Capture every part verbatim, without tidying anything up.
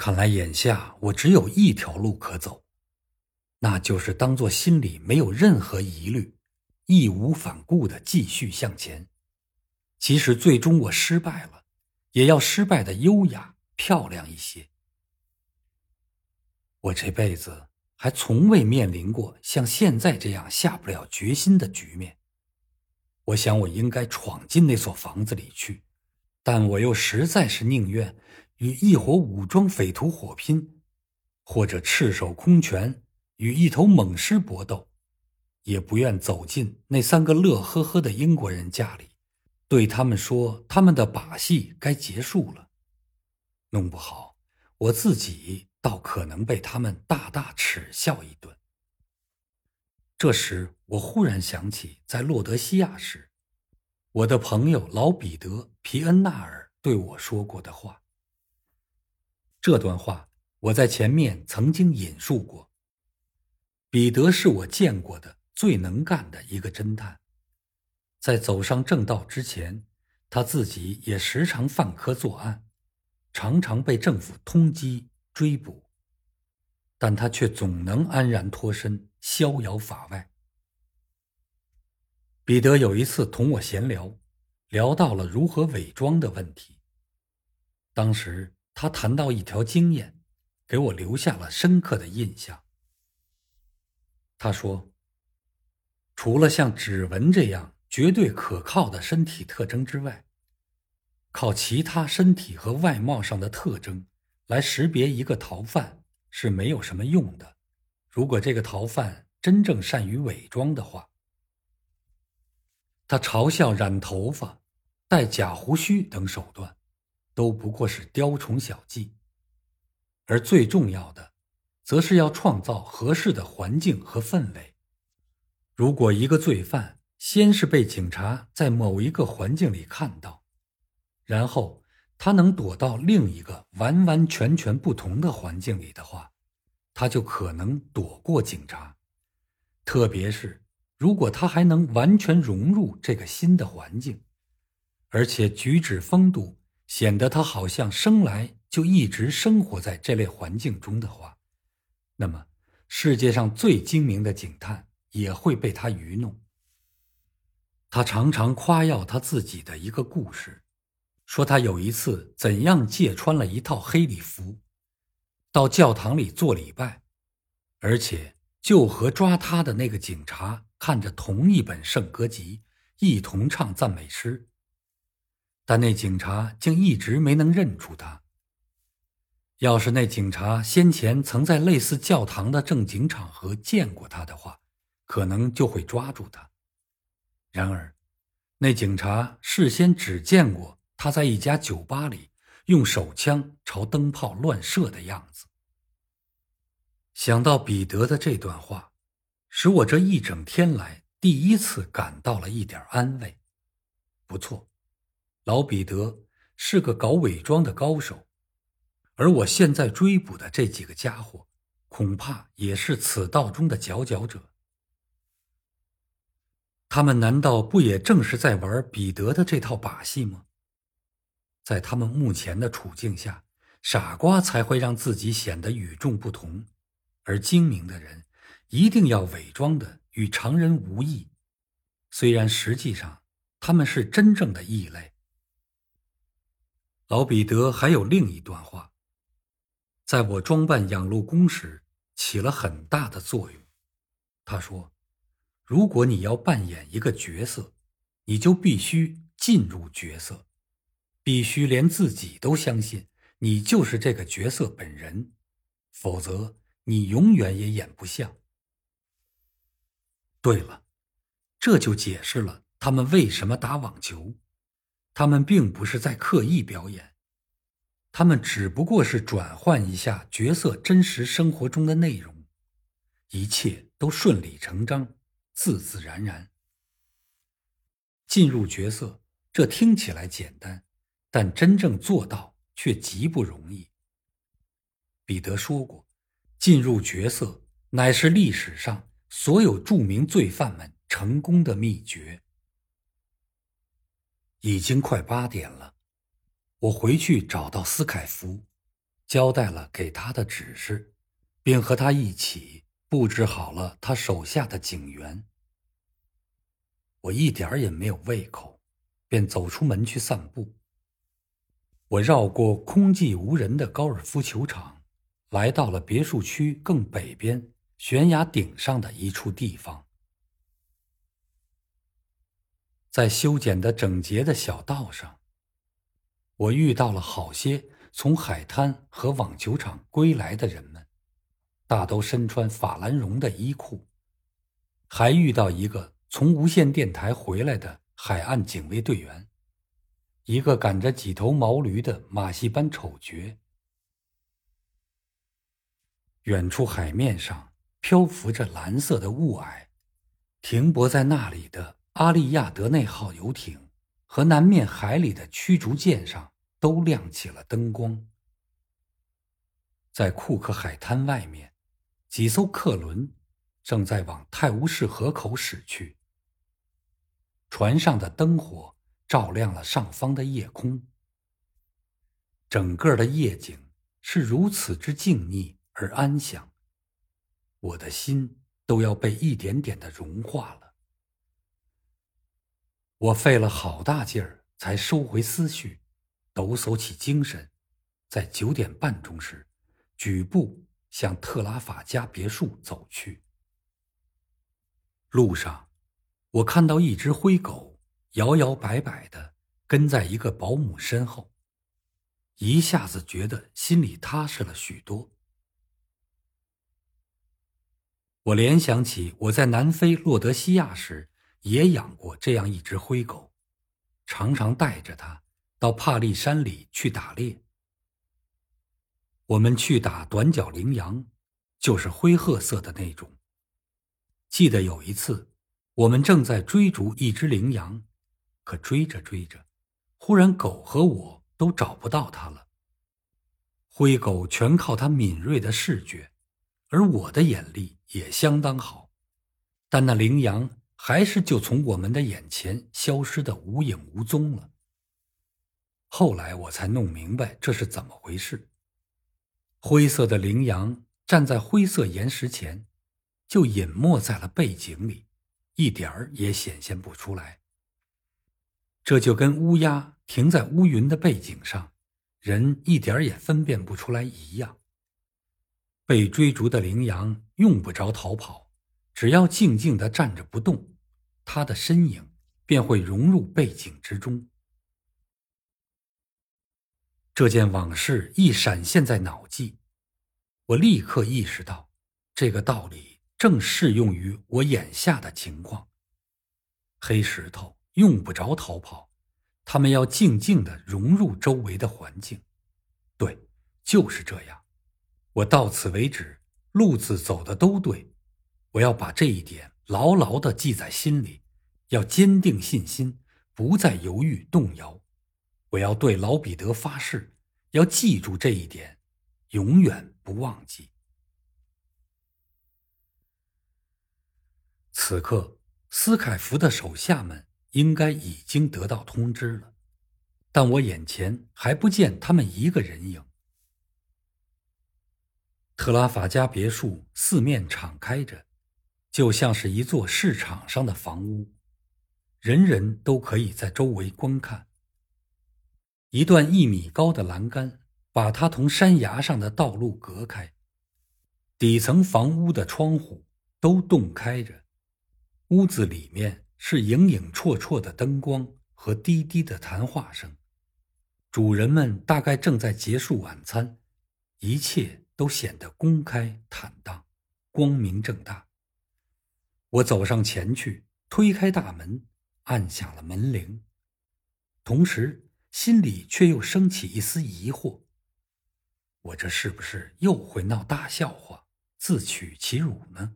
看来眼下我只有一条路可走，那就是当作心里没有任何疑虑，义无反顾地继续向前。即使最终我失败了，也要失败的优雅漂亮一些。我这辈子还从未面临过像现在这样下不了决心的局面。我想我应该闯进那所房子里去，但我又实在是宁愿与一伙武装匪徒火拼，或者赤手空拳与一头猛狮搏斗，也不愿走进那三个乐呵呵的英国人家里，对他们说他们的把戏该结束了。弄不好我自己倒可能被他们大大耻笑一顿。这时我忽然想起在洛德西亚时，我的朋友老彼得·皮恩纳尔对我说过的话。这段话我在前面曾经引述过。彼得是我见过的最能干的一个侦探，在走上正道之前，他自己也时常犯科作案，常常被政府通缉追捕，但他却总能安然脱身，逍遥法外。彼得有一次同我闲聊，聊到了如何伪装的问题。当时他谈到一条经验，给我留下了深刻的印象。他说，除了像指纹这样绝对可靠的身体特征之外，靠其他身体和外貌上的特征来识别一个逃犯是没有什么用的，如果这个逃犯真正善于伪装的话。他嘲笑染头发、戴假胡须等手段都不过是雕虫小技，而最重要的则是要创造合适的环境和氛围。如果一个罪犯先是被警察在某一个环境里看到，然后他能躲到另一个完完全全不同的环境里的话，他就可能躲过警察。特别是如果他还能完全融入这个新的环境，而且举止风度显得他好像生来就一直生活在这类环境中的话，那么世界上最精明的警探也会被他愚弄。他常常夸耀他自己的一个故事，说他有一次怎样借穿了一套黑礼服，到教堂里做礼拜，而且就和抓他的那个警察看着同一本圣歌集，一同唱赞美诗。但那警察竟一直没能认出他。要是那警察先前曾在类似教堂的正经场合见过他的话，可能就会抓住他。然而，那警察事先只见过他在一家酒吧里用手枪朝灯泡乱射的样子。想到彼得的这段话，使我这一整天来第一次感到了一点安慰。不错，老彼得是个搞伪装的高手，而我现在追捕的这几个家伙恐怕也是此道中的佼佼者。他们难道不也正是在玩彼得的这套把戏吗？在他们目前的处境下，傻瓜才会让自己显得与众不同，而精明的人一定要伪装的与常人无异，虽然实际上他们是真正的异类。老彼得还有另一段话，在我装扮养鹿公时起了很大的作用。他说，如果你要扮演一个角色，你就必须进入角色，必须连自己都相信你就是这个角色本人，否则你永远也演不像。对了，这就解释了他们为什么打网球。他们并不是在刻意表演，他们只不过是转换一下角色真实生活中的内容，一切都顺理成章，自自然然。进入角色，这听起来简单，但真正做到却极不容易。彼得说过，进入角色乃是历史上所有著名罪犯们成功的秘诀。已经快八点了，我回去找到斯凯福， 交代了给他的指示，并和他一起布置好了他手下的警员。我一点儿也没有胃口，便走出门去散步。我绕过空寂无人的高尔夫球场，来到了别墅区更北边悬崖顶上的一处地方。在修剪得整洁的小道上，我遇到了好些从海滩和网球场归来的人们，大都身穿法兰绒的衣裤。还遇到一个从无线电台回来的海岸警卫队员，一个赶着几头毛驴的马戏班丑角。远处海面上漂浮着蓝色的雾霭，停泊在那里的阿利亚德内号游艇和南面海里的驱逐舰上都亮起了灯光。在库克海滩外面，几艘客轮正在往泰晤士河口驶去，船上的灯火照亮了上方的夜空。整个的夜景是如此之静谧而安详，我的心都要被一点点地融化了。我费了好大劲儿才收回思绪，抖擞起精神，在九点半钟时举步向特拉法加别墅走去。路上，我看到一只灰狗摇摇摆摆地跟在一个保姆身后，一下子觉得心里踏实了许多。我联想起我在南非洛德西亚时也养过这样一只灰狗，常常带着它到帕利山里去打猎。我们去打短角羚羊，就是灰褐色的那种。记得有一次，我们正在追逐一只羚羊，可追着追着，忽然狗和我都找不到它了。灰狗全靠它敏锐的视觉，而我的眼力也相当好，但那羚羊还是就从我们的眼前消失得无影无踪了。后来我才弄明白这是怎么回事。灰色的羚羊站在灰色岩石前，就隐没在了背景里，一点儿也显现不出来。这就跟乌鸦停在乌云的背景上，人一点儿也分辨不出来一样。被追逐的羚羊用不着逃跑，只要静静地站着不动，它的身影便会融入背景之中。这件往事一闪现在脑际，我立刻意识到，这个道理正适用于我眼下的情况。黑石头用不着逃跑，它们要静静地融入周围的环境。对，就是这样。我到此为止，路子走的都对。我要把这一点牢牢地记在心里，要坚定信心，不再犹豫动摇。我要对老彼得发誓，要记住这一点，永远不忘记。此刻，斯凯福的手下们应该已经得到通知了，但我眼前还不见他们一个人影。特拉法加别墅四面敞开着，就像是一座市场上的房屋，人人都可以在周围观看。一段一米高的栏杆把它同山崖上的道路隔开，底层房屋的窗户都洞开着，屋子里面是影影绰绰的灯光和低低的谈话声。主人们大概正在结束晚餐，一切都显得公开坦荡，光明正大。我走上前去，推开大门，按响了门铃，同时心里却又升起一丝疑惑，我这是不是又会闹大笑话，自取其辱呢？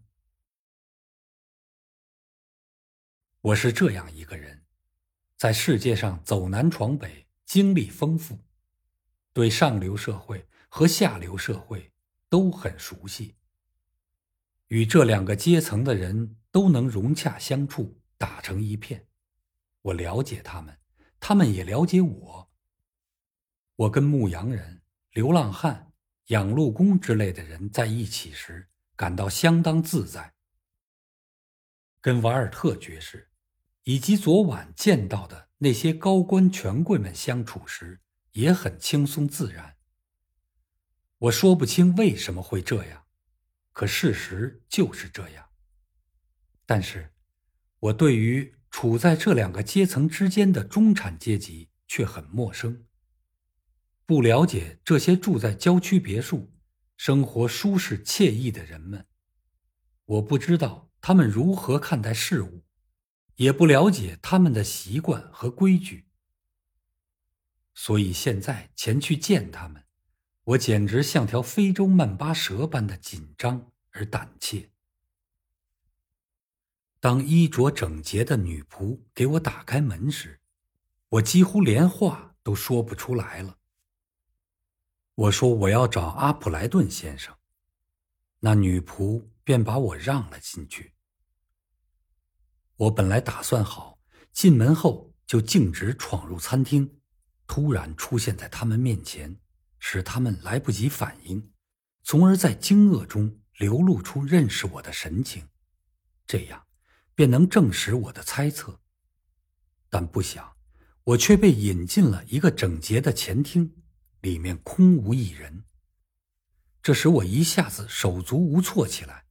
我是这样一个人，在世界上走南闯北，经历丰富，对上流社会和下流社会都很熟悉，与这两个阶层的人都能融洽相处，打成一片。我了解他们，他们也了解我。我跟牧羊人、流浪汉、 养路工之类的人在一起时感到相当自在。跟瓦尔特爵士以及昨晚见到的那些高官权贵们相处时也很轻松自然。我说不清为什么会这样，可事实就是这样。但是我对于处在这两个阶层之间的中产阶级却很陌生，不了解这些住在郊区别墅、生活舒适惬意的人们。我不知道他们如何看待事物，也不了解他们的习惯和规矩。所以现在前去见他们，我简直像条非洲曼巴蛇般的紧张而胆怯。当衣着整洁的女仆给我打开门时，我几乎连话都说不出来了。我说我要找阿普莱顿先生，那女仆便把我让了进去。我本来打算好进门后就径直闯入餐厅，突然出现在他们面前，使他们来不及反应，从而在惊愕中流露出认识我的神情，这样便能证实我的猜测。但不想我却被引进了一个整洁的前厅，里面空无一人，这使我一下子手足无措起来。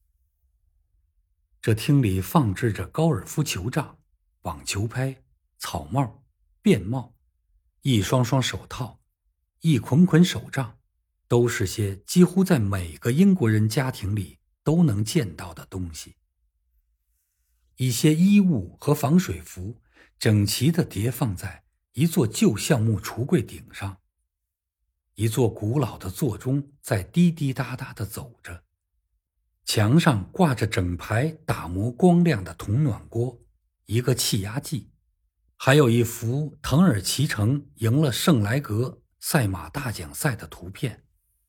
这厅里放置着高尔夫球杖、网球拍、草帽、便帽，一双双手套，一捆捆手杖，都是些几乎在每个英国人家庭里都能见到的东西。一些衣物和防水服整齐地叠放在一座旧橡木橱柜顶上，一座古老的座钟在滴滴答答地走着，墙上挂着整排打磨光亮的铜暖锅，一个气压计，还有一幅腾尔奇城赢了圣莱格赛马大奖赛的图片。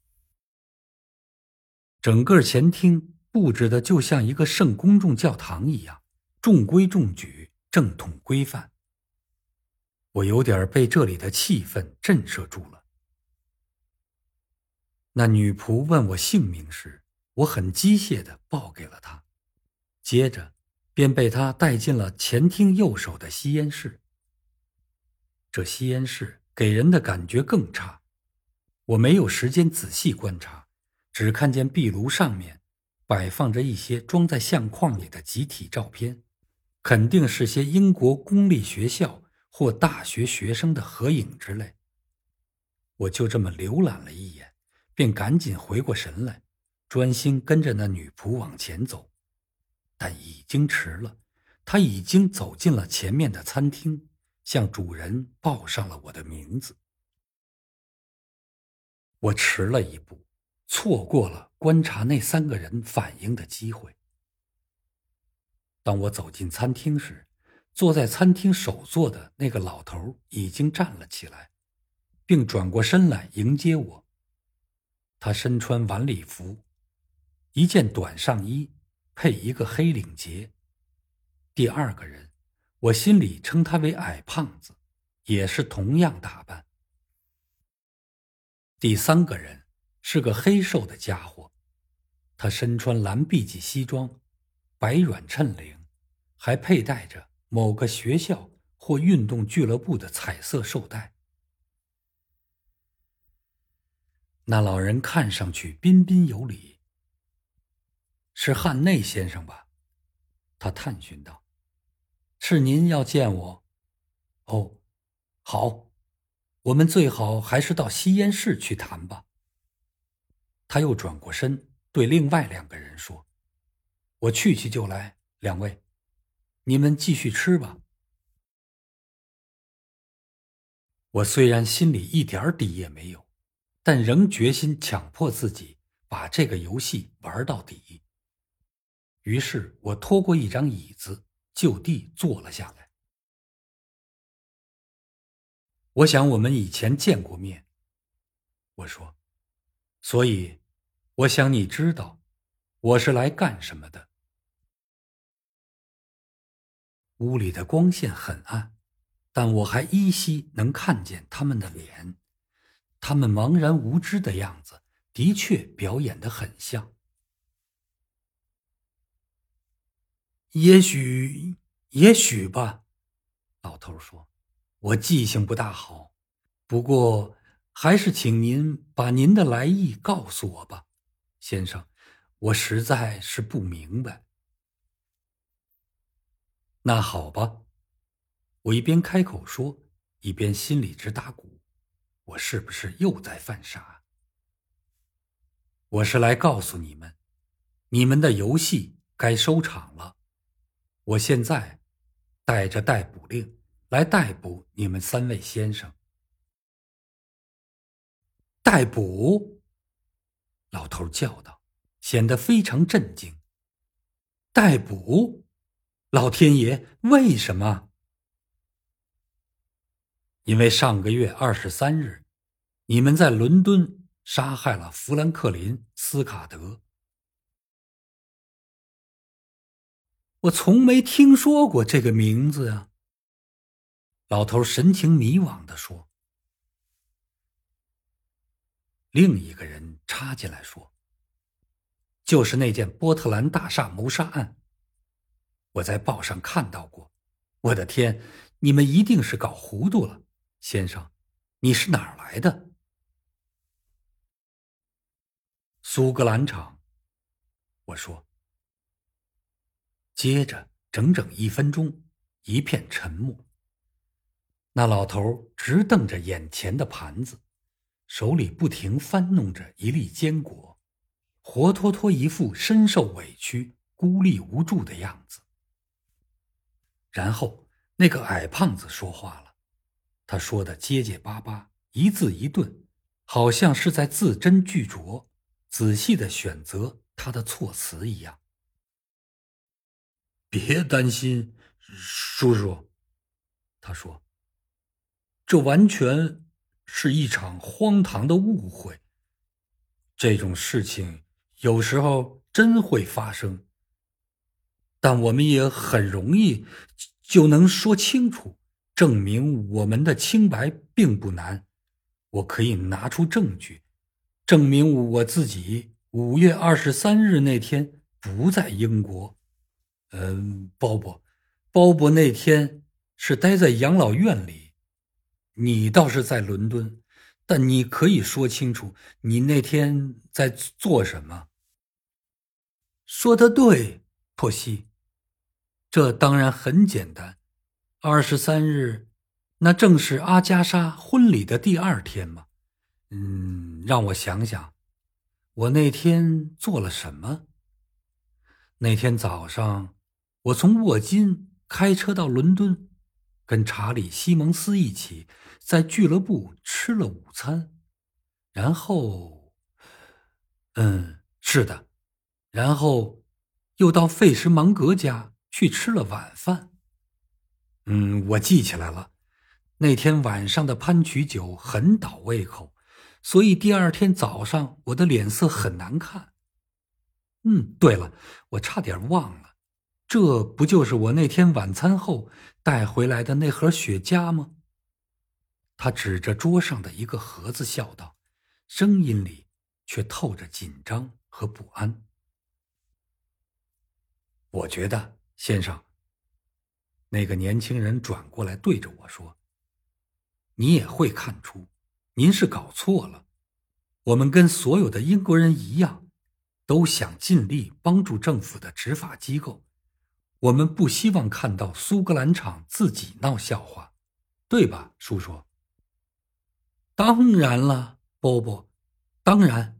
整个前厅布置的就像一个圣公众教堂一样，中规中矩，正统规范。我有点被这里的气氛震慑住了。那女仆问我姓名时，我很机械地报给了她，接着便被她带进了前厅右手的吸烟室。这吸烟室给人的感觉更差，我没有时间仔细观察，只看见壁炉上面摆放着一些装在相框里的集体照片，肯定是些英国公立学校或大学学生的合影之类。我就这么浏览了一眼，便赶紧回过神来，专心跟着那女仆往前走。但已经迟了，她已经走进了前面的餐厅，向主人报上了我的名字。我迟了一步，错过了观察那三个人反应的机会。当我走进餐厅时，坐在餐厅首座的那个老头已经站了起来，并转过身来迎接我。他身穿晚礼服，一件短上衣配一个黑领结。第二个人，我心里称他为矮胖子，也是同样打扮。第三个人是个黑瘦的家伙，他身穿蓝碧玺西装，白软衬领，还佩戴着某个学校或运动俱乐部的彩色绶带。那老人看上去彬彬有礼。是汉内先生吧？他探寻道。是您要见我？哦，好，我们最好还是到吸烟室去谈吧。他又转过身对另外两个人说，我去去就来，两位，你们继续吃吧。我虽然心里一点底也没有，但仍决心强迫自己把这个游戏玩到底。于是我拖过一张椅子，就地坐了下来。我想我们以前见过面，我说，所以我想你知道我是来干什么的。屋里的光线很暗，但我还依稀能看见他们的脸，他们茫然无知的样子的确表演得很像。也许，也许吧，老头说，我记性不大好，不过还是请您把您的来意告诉我吧，先生，我实在是不明白。那好吧，我一边开口说，一边心里直打鼓，我是不是又在犯傻？我是来告诉你们，你们的游戏该收场了。我现在带着逮捕令来逮捕你们三位先生。逮捕？老头叫道，显得非常震惊。逮捕？老天爷，为什么？因为上个月二十三日，你们在伦敦杀害了富兰克林·斯卡德。我从没听说过这个名字啊。老头神情迷惘地说。另一个人插进来说，就是那件波特兰大厦谋杀案，我在报上看到过。我的天，你们一定是搞糊涂了，先生，你是哪儿来的？苏格兰场，我说。接着整整一分钟，一片沉默。那老头直瞪着眼前的盘子，手里不停翻弄着一粒坚果，活脱脱一副深受委屈、孤立无助的样子。然后那个矮胖子说话了，他说的结结巴巴，一字一顿，好像是在字斟句酌，仔细地选择他的措辞一样。别担心，叔叔，他说，这完全是一场荒唐的误会。这种事情有时候真会发生，但我们也很容易就能说清楚，证明我们的清白并不难。我可以拿出证据，证明我自己五月二十三日那天不在英国。嗯，鲍勃，鲍勃那天是待在养老院里，你倒是在伦敦，但你可以说清楚你那天在做什么。说得对，珀西，这当然很简单。二十三日，那正是阿加莎婚礼的第二天嘛。嗯，让我想想，我那天做了什么？那天早上，我从沃金开车到伦敦，跟查理·西蒙斯一起在俱乐部吃了午餐，然后，嗯，是的，然后又到费什芒格家去吃了晚饭。嗯，我记起来了，那天晚上的潘曲酒很倒胃口，所以第二天早上我的脸色很难看。嗯，对了，我差点忘了，这不就是我那天晚餐后带回来的那盒雪茄吗？他指着桌上的一个盒子笑道，声音里却透着紧张和不安。我觉得，先生，那个年轻人转过来对着我说，你也会看出，您是搞错了。我们跟所有的英国人一样，都想尽力帮助政府的执法机构。我们不希望看到苏格兰场自己闹笑话，对吧，叔叔？当然了，波波，当然。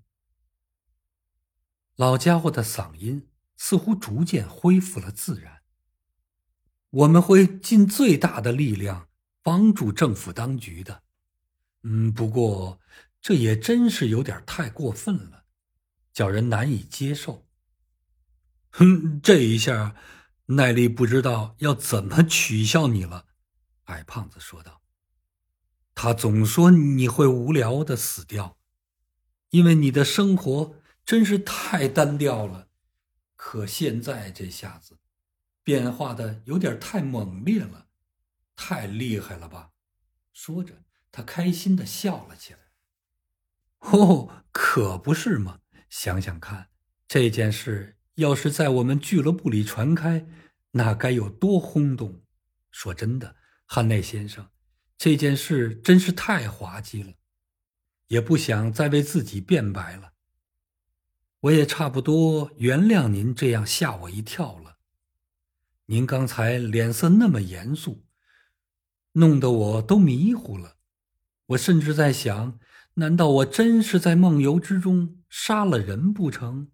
老家伙的嗓音似乎逐渐恢复了自然。我们会尽最大的力量帮助政府当局的。嗯，不过这也真是有点太过分了，叫人难以接受。哼，这一下，奈利不知道要怎么取笑你了，矮胖子说道。他总说你会无聊的死掉，因为你的生活真是太单调了。可现在这下子，变化的有点太猛烈了，太厉害了吧？说着，他开心地笑了起来。 哦，可不是嘛！想想看，这件事要是在我们俱乐部里传开，那该有多轰动！说真的，汉内先生，这件事真是太滑稽了，也不想再为自己辩白了。我也差不多原谅您这样吓我一跳了。您刚才脸色那么严肃，弄得我都迷糊了。我甚至在想，难道我真是在梦游之中杀了人不成？